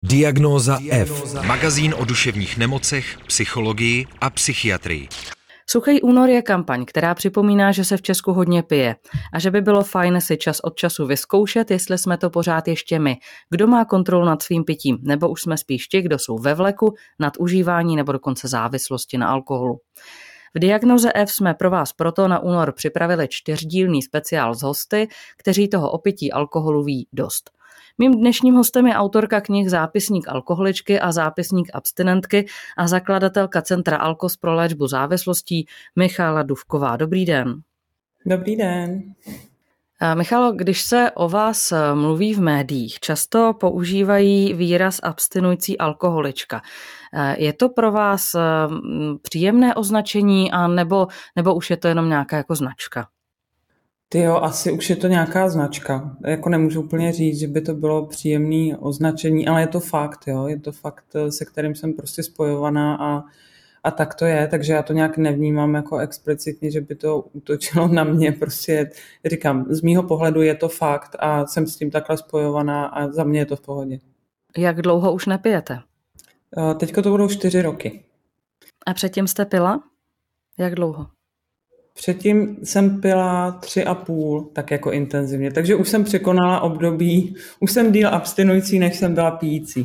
Diagnóza F. Magazín o duševních nemocech, psychologii a psychiatrii. Suchý únor je kampaň, která připomíná, že se v Česku hodně pije a že by bylo fajn si čas od času vyzkoušet, jestli jsme to pořád ještě my. Kdo má kontrolu nad svým pitím, nebo už jsme spíš ti, kdo jsou ve vleku, nad užívání nebo dokonce závislosti na alkoholu. V Diagnoze F jsme pro vás proto na únor připravili 4dílný speciál s hosty, kteří toho o pití alkoholu ví dost. Mým dnešním hostem je autorka knih Zápisník alkoholičky a Zápisník abstinentky a zakladatelka Centra Alkos pro léčbu závislostí Michála Dufková. Dobrý den. Dobrý den. Michalo, když se o vás mluví v médiích, často používají výraz abstinující alkoholička. Je to pro vás příjemné označení a nebo už je to jenom nějaká jako značka? Jo, asi už je to nějaká značka. Jako nemůžu úplně říct, že by to bylo příjemné označení, ale je to fakt, jo. Je to fakt, se kterým jsem prostě spojovaná a tak to je, takže já to nějak nevnímám jako explicitně, že by to útočilo na mě. Prostě říkám, z mýho pohledu je to fakt a jsem s tím takhle spojovaná a za mě je to v pohodě. Jak dlouho už nepijete? Teďko to budou 4 roky. A předtím jste pila? Jak dlouho? Předtím jsem pila 3,5, tak jako intenzivně. Takže už jsem překonala období, už jsem díl abstinující, než jsem byla pijící.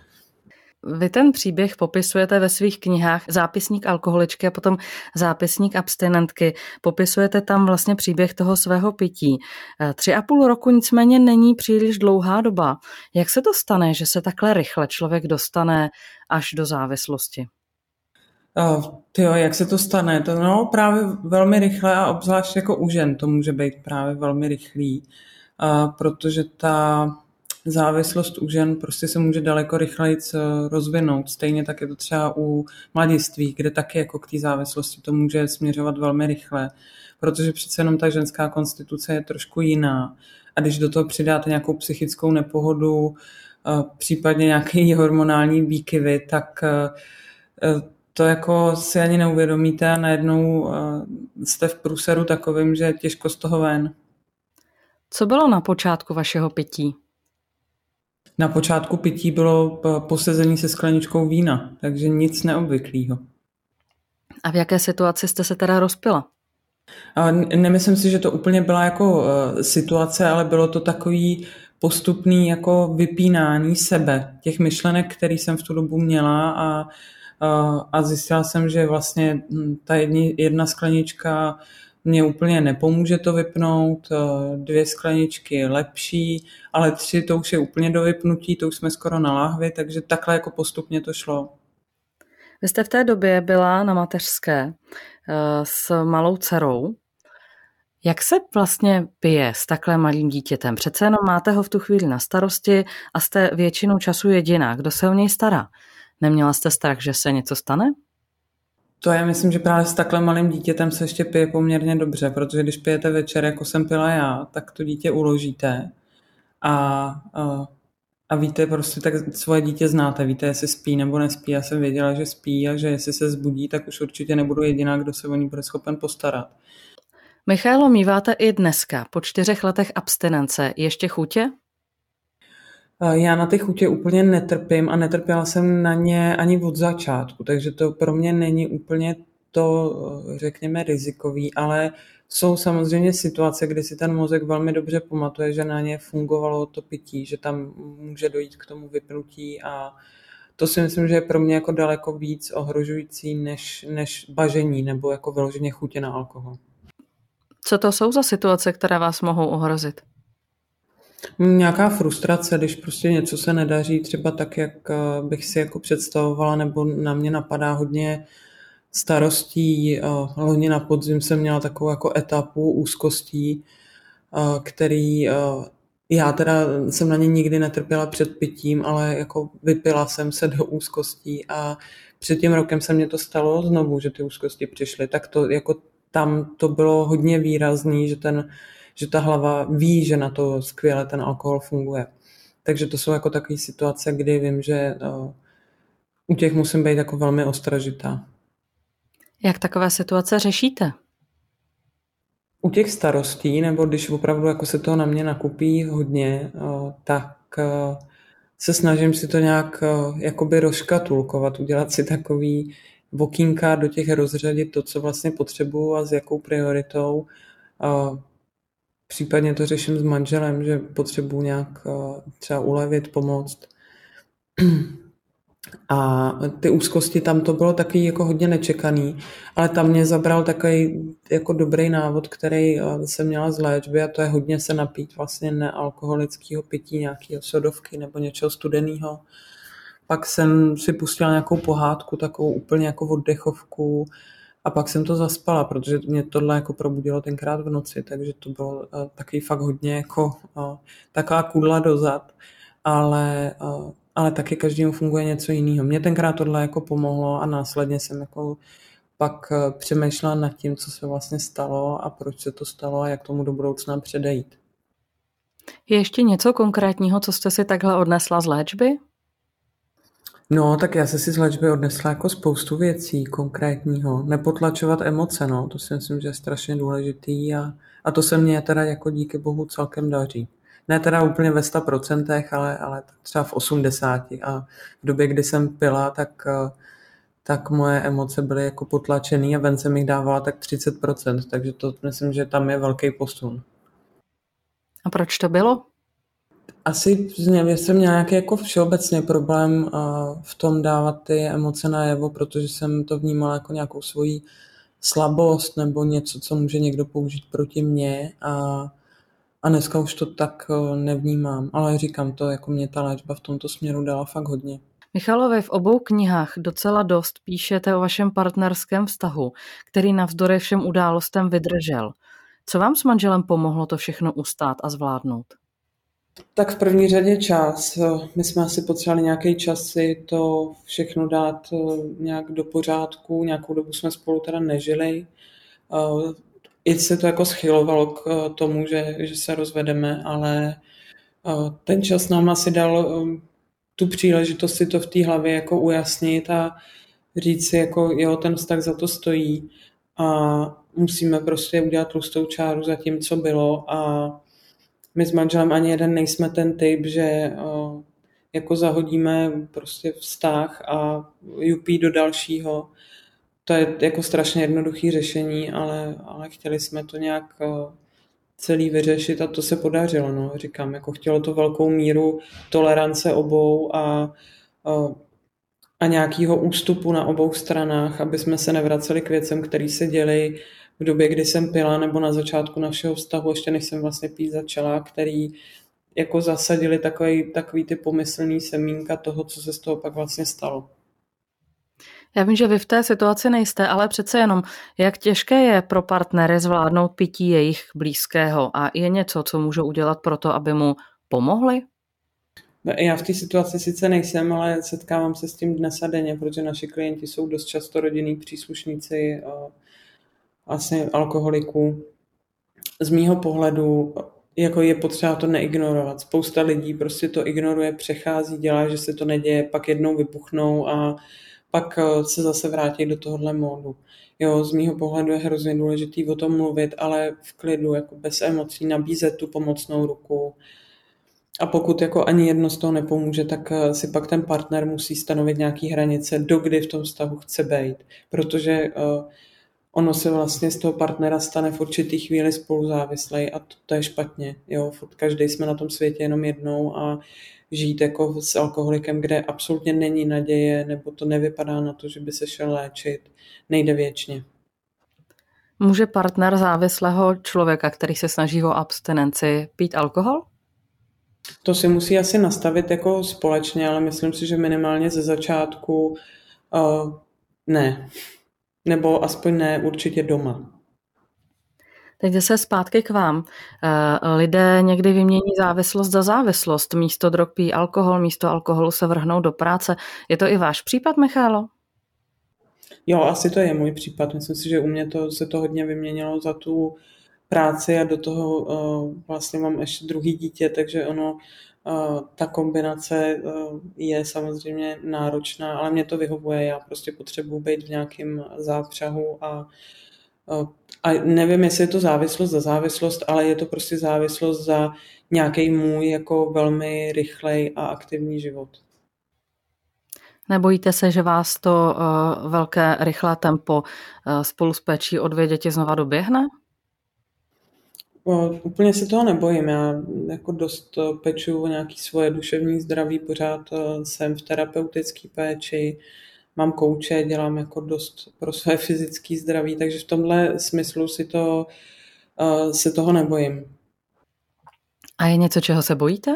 Vy ten příběh popisujete ve svých knihách Zápisník alkoholičky a potom Zápisník abstinentky. Popisujete tam vlastně příběh toho svého pití. 3,5 roku nicméně není příliš dlouhá doba. Jak se to stane, že se takhle rychle člověk dostane až do závislosti? Jak se to stane? To právě velmi rychle a obzvlášť jako u žen to může být právě velmi rychlý, protože ta závislost u žen prostě se může daleko rychleji rozvinout. Stejně tak je to třeba u mladiství, kde taky jako k té závislosti to může směřovat velmi rychle, protože přece jenom ta ženská konstituce je trošku jiná. A když do toho přidáte nějakou psychickou nepohodu, případně nějaké hormonální výkyvy, tak to jako si ani neuvědomíte a najednou jste v průseru takovým, že je těžko z toho ven. Co bylo na počátku vašeho pití? Na počátku pití bylo posezení se skleničkou vína, takže nic neobvyklého. A v jaké situaci jste se teda rozpila? Nemyslím si, že to úplně byla jako situace, ale bylo to takový postupný jako vypínání sebe, těch myšlenek, které jsem v tu dobu měla a zjistila jsem, že vlastně ta jedna sklenička mě úplně nepomůže to vypnout, 2 skleničky lepší, ale 3 to už je úplně do vypnutí, to už jsme skoro na láhvi, takže takhle jako postupně to šlo. Vy jste v té době byla na mateřské s malou dcerou. Jak se vlastně pije s takhle malým dítětem? Přece jenom máte ho v tu chvíli na starosti a jste většinou času jediná. Kdo se o něj stará? Neměla jste strach, že se něco stane? To je, myslím, že právě s takhle malým dítětem se ještě pije poměrně dobře, protože když pijete večer, jako jsem pila já, tak to dítě uložíte a víte prostě, tak svoje dítě znáte, víte, jestli spí nebo nespí. Já jsem věděla, že spí a že jestli se zbudí, tak už určitě nebudu jediná, kdo se o ní bude schopen postarat. Michailo, míváte i dneska, po 4 letech abstinence, ještě chutě? Já na ty chutě úplně netrpím a netrpěla jsem na ně ani od začátku, takže to pro mě není úplně to, řekněme, rizikový, ale jsou samozřejmě situace, kdy si ten mozek velmi dobře pamatuje, že na ně fungovalo to pití, že tam může dojít k tomu vypnutí a to si myslím, že je pro mě jako daleko víc ohrožující než bažení nebo jako vyloženě chutě na alkohol. Co to jsou za situace, které vás mohou ohrozit? Nějaká frustrace, když prostě něco se nedaří třeba tak, jak bych si jako představovala, nebo na mě napadá hodně starostí. Loni na podzim jsem měla takovou jako etapu úzkostí, který já teda jsem na ně nikdy netrpěla před pitím, ale jako vypila jsem se do úzkostí a před tím rokem se mně to stalo znovu, že ty úzkosti přišly, tak to jako tam to bylo hodně výrazný, že ta hlava ví, že na to skvěle ten alkohol funguje. Takže to jsou jako takové situace, kdy vím, že u těch musím být jako velmi ostražitá. Jak takové situace řešíte? U těch starostí, nebo když opravdu jako se toho na mě nakupí hodně, tak se snažím si to nějak jakoby rozškatulkovat, udělat si takový okýnka, do těch rozřadit to, co vlastně potřebuju a s jakou prioritou. Případně to řeším s manželem, že potřebuji nějak třeba ulevit, pomoct. A ty úzkosti, tam to bylo taky jako hodně nečekaný, ale tam mě zabral takový jako dobrý návod, který jsem měla z léčby, a to je hodně se napít vlastně nealkoholického pití, nějakého sodovky nebo něčeho studeného. Pak jsem si pustila nějakou pohádku, takovou úplně jako oddechovku, a pak jsem to zaspala, protože mě tohle jako probudilo tenkrát v noci, takže to bylo taky fakt hodně jako taková kudla dozad, ale taky každému funguje něco jiného. Mně tenkrát tohle jako pomohlo a následně jsem jako pak přemýšlela nad tím, co se vlastně stalo a proč se to stalo a jak tomu do budoucna předejít. Je ještě něco konkrétního, co jste si takhle odnesla z léčby? No, tak já jsem si z léčby odnesla jako spoustu věcí konkrétního. Nepotlačovat emoce, no, to si myslím, že je strašně důležitý a to se mně teda jako díky bohu celkem daří. Ne teda úplně ve 100%, ale třeba v 80%. A v době, kdy jsem pila, tak moje emoce byly jako potlačený a ven jsem jich dávala tak 30%, takže to myslím, že tam je velký posun. A proč to bylo? Asi jsem měla nějaký jako všeobecný problém v tom dávat ty emoce najevo, protože jsem to vnímala jako nějakou svoji slabost nebo něco, co může někdo použít proti mně, a dneska už to tak nevnímám, ale říkám to, jako mě ta léčba v tomto směru dala fakt hodně. Michalovi, v obou knihách docela dost píšete o vašem partnerském vztahu, který navzdory všem událostem vydržel. Co vám s manželem pomohlo to všechno ustát a zvládnout? Tak v první řadě čas. My jsme asi potřebovali nějaký čas si to všechno dát nějak do pořádku. Nějakou dobu jsme spolu teda nežili. I se to jako schylovalo k tomu, že se rozvedeme, ale ten čas nám asi dal tu příležitost si to v té hlavě jako ujasnit a říct si, jako jo, ten vztah za to stojí a musíme prostě udělat tlustou čáru za tím, co bylo, a my s manželem ani jeden nejsme ten typ, že jako zahodíme prostě vztah a jupí do dalšího. To je jako strašně jednoduché řešení, ale chtěli jsme to nějak celý vyřešit a to se podařilo. No. Říkám, jako chtělo to velkou míru tolerance obou a nějakého ústupu na obou stranách, aby jsme se nevraceli k věcem, které se děly v době, kdy jsem pila, nebo na začátku našeho vztahu, ještě než jsem vlastně pít začala, který jako zasadili takový ty pomyslný semínka toho, co se z toho pak vlastně stalo. Já vím, že vy v té situaci nejste, ale přece jenom, jak těžké je pro partnery zvládnout pití jejich blízkého, a je něco, co můžou udělat pro to, aby mu pomohli? Já v té situaci sice nejsem, ale setkávám se s tím dnes a denně, protože naši klienti jsou dost často rodinní příslušníci vlastně alkoholiků. Z mýho pohledu jako je potřeba to neignorovat. Spousta lidí prostě to ignoruje, přechází, dělá, že se to neděje, pak jednou vypuchnou a pak se zase vrátí do tohohle módu. Jo, z mýho pohledu je hrozně důležitý o tom mluvit, ale v klidu, jako bez emocí, nabízet tu pomocnou ruku. A pokud jako ani jedno z toho nepomůže, tak si pak ten partner musí stanovit nějaký hranice, dokdy v tom vztahu chce být. Protože ono se vlastně z toho partnera stane v určitý chvíli spoluzávislej a to je špatně. Jo? Každý jsme na tom světě jenom jednou a žít jako s alkoholikem, kde absolutně není naděje nebo to nevypadá na to, že by se šel léčit, nejde věčně. Může partner závislého člověka, který se snaží o abstinenci, pít alkohol? To si musí asi nastavit jako společně, ale myslím si, že minimálně ze začátku ne. Nebo aspoň ne určitě doma. Teď se zpátky k vám. Lidé někdy vymění závislost za závislost. Místo drog pijí alkohol, místo alkoholu se vrhnou do práce. Je to i váš případ, Michalo? Jo, asi to je můj případ. Myslím si, že u mě se to hodně vyměnilo za tu práci a do toho vlastně mám ještě druhý dítě, takže ta kombinace je samozřejmě náročná, ale mě to vyhovuje. Já prostě potřebuji být v nějakém zápřahu A nevím, jestli je to závislost za závislost, ale je to prostě závislost za nějaký můj jako velmi rychlej a aktivní život. Nebojíte se, že vás to velké, rychlé tempo spolu s péčí o 2 děti znova doběhne? Úplně se toho nebojím. Já jako dost pečuju o nějaké svoje duševní zdraví, pořád jsem v terapeutické péči, mám kouče, dělám jako dost pro své fyzické zdraví, takže v tomhle smyslu se toho nebojím. A je něco, čeho se bojíte?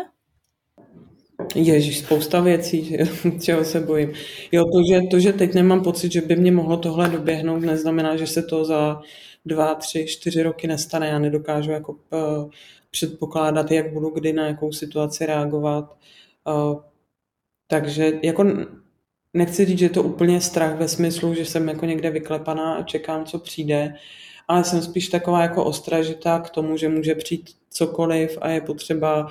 Ježíš, spousta věcí, čeho se bojím. Jo, to, že teď nemám pocit, že by mě mohlo tohle doběhnout, neznamená, že se to za 2, 3, 4 roky nestane. Já nedokážu jako předpokládat, jak budu kdy na jakou situaci reagovat. Takže jako nechci říct, že je to úplně strach ve smyslu, že jsem jako někde vyklepaná a čekám, co přijde, ale jsem spíš taková jako ostražitá k tomu, že může přijít cokoliv a je potřeba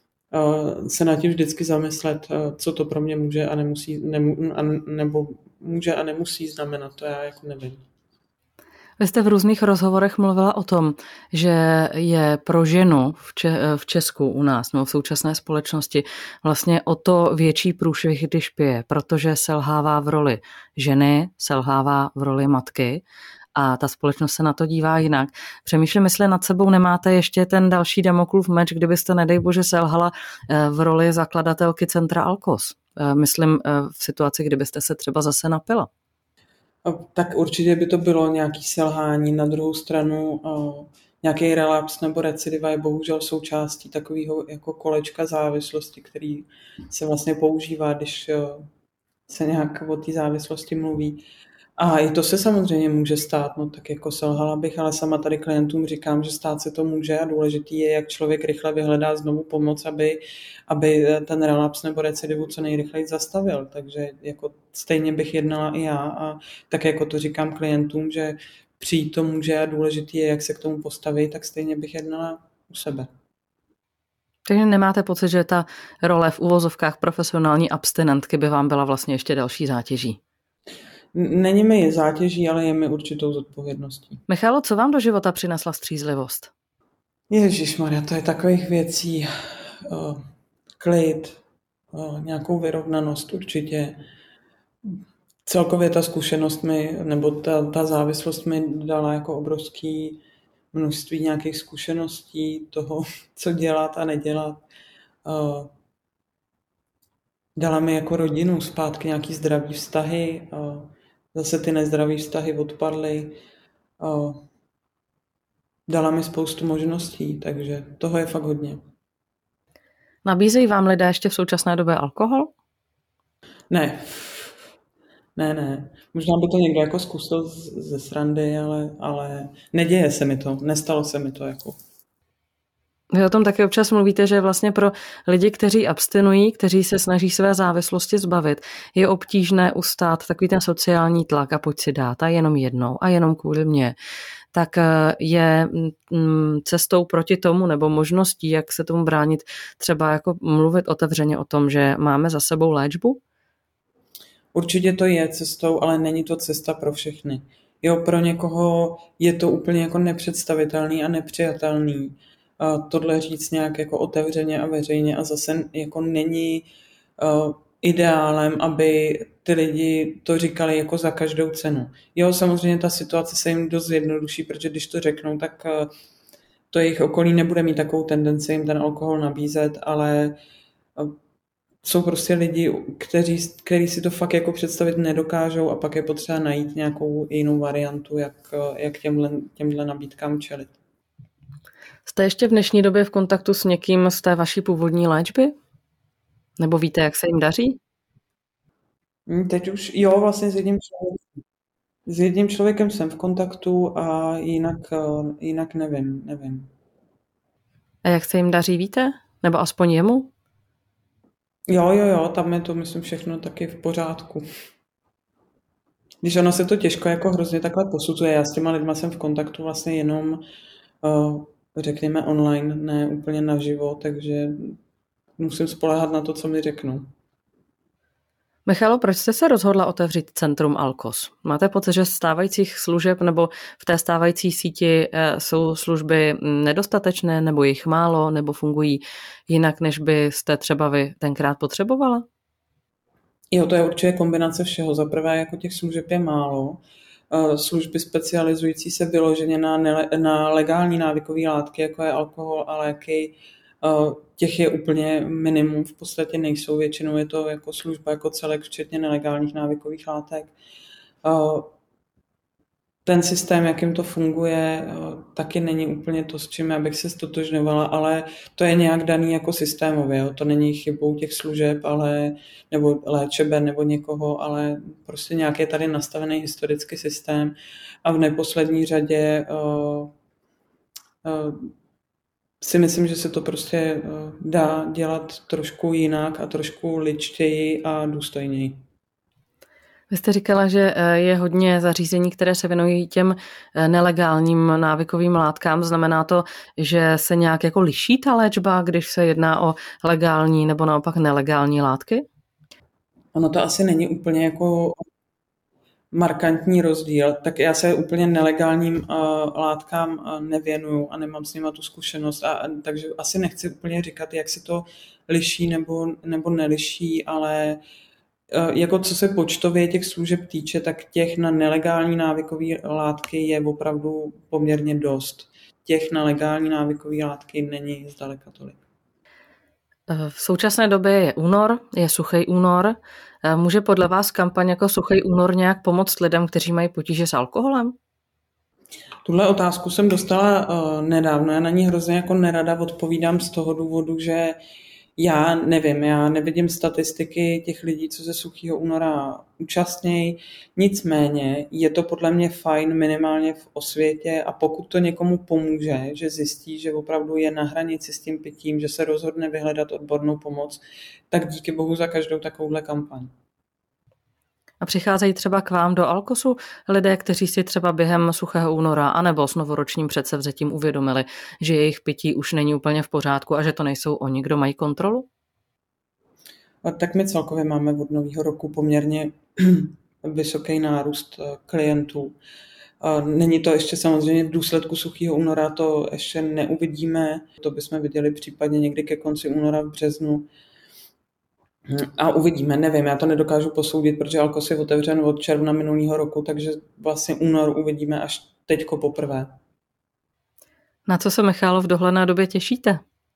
se nad tím vždycky zamyslet, co to pro mě může a nemusí, nebo může a nemusí znamenat, to já jako nevím. Vy jste v různých rozhovorech mluvila o tom, že je pro ženu v Česku u nás, nebo v současné společnosti, vlastně o to větší průšvih, když pije, protože selhává v roli ženy, selhává v roli matky a ta společnost se na to dívá jinak. Přemýšlím, jestli nad sebou nemáte ještě ten další Damoklův meč, kdybyste, nedej bože, selhala v roli zakladatelky centra Alkos. Myslím v situaci, kdybyste se třeba zase napila. Tak určitě by to bylo nějaký selhání. Na druhou stranu nějaký relaps nebo recidiva je bohužel součástí takového jako kolečka závislosti, který se vlastně používá, když se nějak o té závislosti mluví. A i to se samozřejmě může stát, no tak jako selhala bych, ale sama tady klientům říkám, že stát se to může a důležitý je, jak člověk rychle vyhledá znovu pomoc, aby ten relaps nebo recidivu co nejrychleji zastavil. Takže jako stejně bych jednala i já a tak jako to říkám klientům, že přijít to může a důležitý je, jak se k tomu postaví, tak stejně bych jednala u sebe. Takže nemáte pocit, že ta role v uvozovkách profesionální abstinentky by vám byla vlastně ještě další zátěží? Není mi zátěží, ale je mi určitou zodpovědností. Michalo, co vám do života přinesla střízlivost? Ježišmarja, to je takových věcí. Klid, nějakou vyrovnanost určitě. Celkově ta zkušenost nebo ta závislost mi dala jako obrovský množství nějakých zkušeností toho, co dělat a nedělat. Dala mi jako rodinu zpátky nějaký zdravý vztahy, zase ty nezdravý vztahy odpadly. Dala mi spoustu možností, takže toho je fakt hodně. Nabízejí vám lidé ještě v současné době alkohol? Ne. Možná by to někdo jako zkusil ze srandy, ale neděje se mi to, nestalo se mi to jako. Vy o tom taky občas mluvíte, že vlastně pro lidi, kteří abstinují, kteří se snaží své závislosti zbavit, je obtížné ustát takový ten sociální tlak a pojď si dát a jenom jednou a jenom kvůli mně. Tak je cestou proti tomu nebo možností, jak se tomu bránit, třeba jako mluvit otevřeně o tom, že máme za sebou léčbu? Určitě to je cestou, ale není to cesta pro všechny. Jo, pro někoho je to úplně jako nepředstavitelný a nepřijatelný. Tohle říct nějak jako otevřeně a veřejně a zase jako není ideálem, aby ty lidi to říkali jako za každou cenu. Jo, samozřejmě ta situace se jim dost zjednoduší, protože když to řeknou, tak to jejich okolí nebude mít takovou tendenci jim ten alkohol nabízet, ale jsou prostě lidi, kteří si to fakt jako představit nedokážou a pak je potřeba najít nějakou jinou variantu, jak těmhle nabídkám čelit. Jste ještě v dnešní době v kontaktu s někým z té vaší původní léčby? Nebo víte, jak se jim daří? Teď už, jo, vlastně s jedním člověkem jsem v kontaktu a jinak nevím. A jak se jim daří, víte? Nebo aspoň jemu? Jo, tam je to, myslím, všechno taky v pořádku. Když ono se to těžko jako hrozně takhle posuzuje, já s těma lidma jsem v kontaktu vlastně jenom, řekněme, online, ne úplně naživo, takže musím spoléhat na to, co mi řeknou. Michalo, proč jste se rozhodla otevřít Centrum Alkos? Máte pocit, že z stávajících služeb nebo v té stávající síti jsou služby nedostatečné, nebo jich málo, nebo fungují jinak, než byste třeba vy tenkrát potřebovala? Jo, to je určitě kombinace všeho. Za prvé, jako těch služeb je málo. Služby specializující se vyloženě na legální návykové látky, jako je alkohol a léky, těch je úplně minimum, v podstatě nejsou. Většinou je to jako služba jako celek, včetně nelegálních návykových látek. Ten systém, jakým to funguje, taky není úplně to, s čím já bych se ztotožňovala, ale to je nějak daný jako systémově. Jo. To není chybou těch služeb, nebo léčeben nebo někoho, ale prostě nějak je tady nastavený historický systém a v neposlední řadě si myslím, že se to prostě dá dělat trošku jinak a trošku lidštěji a důstojněji. Vy jste říkala, že je hodně zařízení, které se věnují těm nelegálním návykovým látkám. Znamená to, že se nějak jako liší ta léčba, když se jedná o legální nebo naopak nelegální látky? Ono to asi není úplně jako markantní rozdíl. Tak já se úplně nelegálním látkám nevěnuju a nemám s nima tu zkušenost. Takže asi nechci úplně říkat, jak se to liší nebo neliší, ale jako co se počtově těch služeb týče, tak těch na nelegální návykové látky je opravdu poměrně dost. Těch na legální návykové látky není zdaleka tolik. V současné době je únor, je suchý únor. Může podle vás kampaň jako suchý únor nějak pomoct lidem, kteří mají potíže s alkoholem? Tuhle otázku jsem dostala nedávno. Já na ní hrozně jako nerada odpovídám z toho důvodu, že já nevidím statistiky těch lidí, co se suchého února účastnějí. Nicméně je to podle mě fajn minimálně v osvětě a pokud to někomu pomůže, že zjistí, že opravdu je na hranici s tím pitím, že se rozhodne vyhledat odbornou pomoc, tak díky bohu za každou takovouhle kampaň. A přicházejí třeba k vám do Alkosu lidé, kteří si třeba během suchého února anebo s novoročním předsevzetím uvědomili, že jejich pití už není úplně v pořádku a že to nejsou oni, kdo mají kontrolu? A tak my celkově máme od nového roku poměrně vysoký nárůst klientů. Není to ještě samozřejmě v důsledku suchého února, to ještě neuvidíme. To bychom viděli případně někdy ke konci února v březnu. A uvidíme, nevím, já to nedokážu posoudit, protože Alkos je otevřen od června minulého roku, takže vlastně únor uvidíme až teďko poprvé. Na co se, Michalo, v dohledné době těšíte?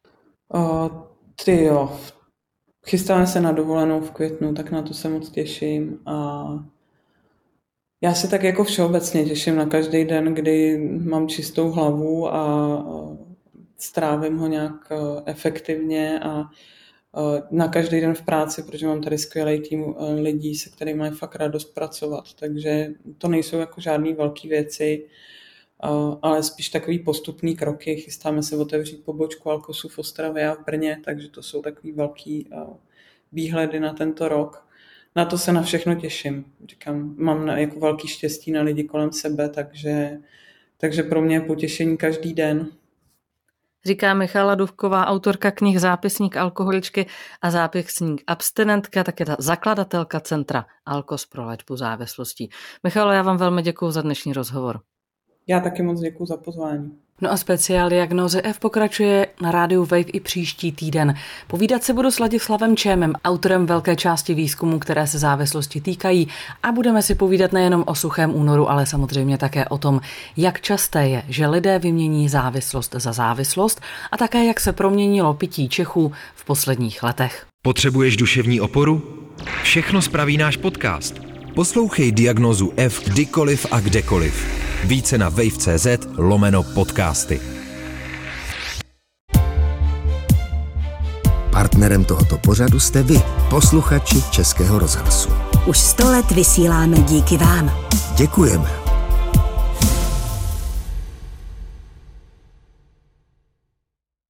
Chystáme se na dovolenou v květnu, tak na to se moc těším. A já se tak jako všeobecně těším na každý den, kdy mám čistou hlavu a strávím ho nějak efektivně a na každý den v práci, protože mám tady skvělý tým lidí, se kterými mají fakt radost pracovat. Takže to nejsou jako žádný velké věci, ale spíš takový postupný kroky. Chystáme se otevřít pobočku Alkosu v Ostravě a v Brně, takže to jsou takový velký výhledy na tento rok. Na to se na všechno těším. Říkám, mám jako velký štěstí na lidi kolem sebe, takže pro mě je potěšení každý den. Říká Michala Dufková, autorka knih Zápisník alkoholičky a zápisník abstinentka, také ta zakladatelka Centra Alkos pro léčbu závislostí. Michalo, já vám velmi děkuju za dnešní rozhovor. Já taky moc děkuju za pozvání. No a speciál Diagnózy F pokračuje na rádiu Wave i příští týden. Povídat se budu s Ladislavem Čémem, autorem velké části výzkumů, které se závislosti týkají, a budeme si povídat nejenom o suchém únoru, ale samozřejmě také o tom, jak časté je, že lidé vymění závislost za závislost a také jak se proměnilo pití Čechů v posledních letech. Potřebuješ duševní oporu? Všechno spraví náš podcast. Poslouchej Diagnózu F kdykoliv a kdekoliv. Více na wave.cz/podcasty. Partnerem tohoto pořadu jste vy, posluchači Českého rozhlasu. Už 100 let vysíláme díky vám. Děkujeme.